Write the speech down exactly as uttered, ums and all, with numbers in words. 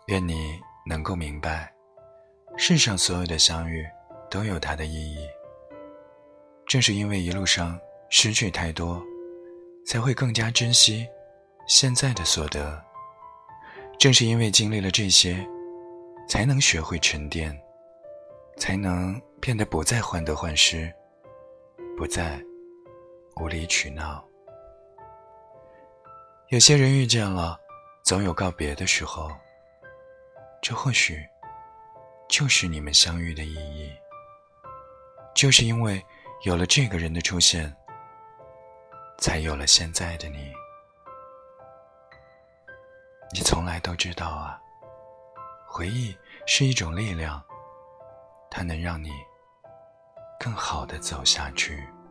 愿你能够明白，世上所有的相遇都有它的意义。正是因为一路上失去太多，才会更加珍惜现在的所得。正是因为经历了这些，才能学会沉淀，才能变得不再患得患失，不再无理取闹。有些人遇见了，总有告别的时候，这或许就是你们相遇的意义。就是因为有了这个人的出现，才有了现在的你。你从来都知道啊，回忆是一种力量，它能让你更好地走下去。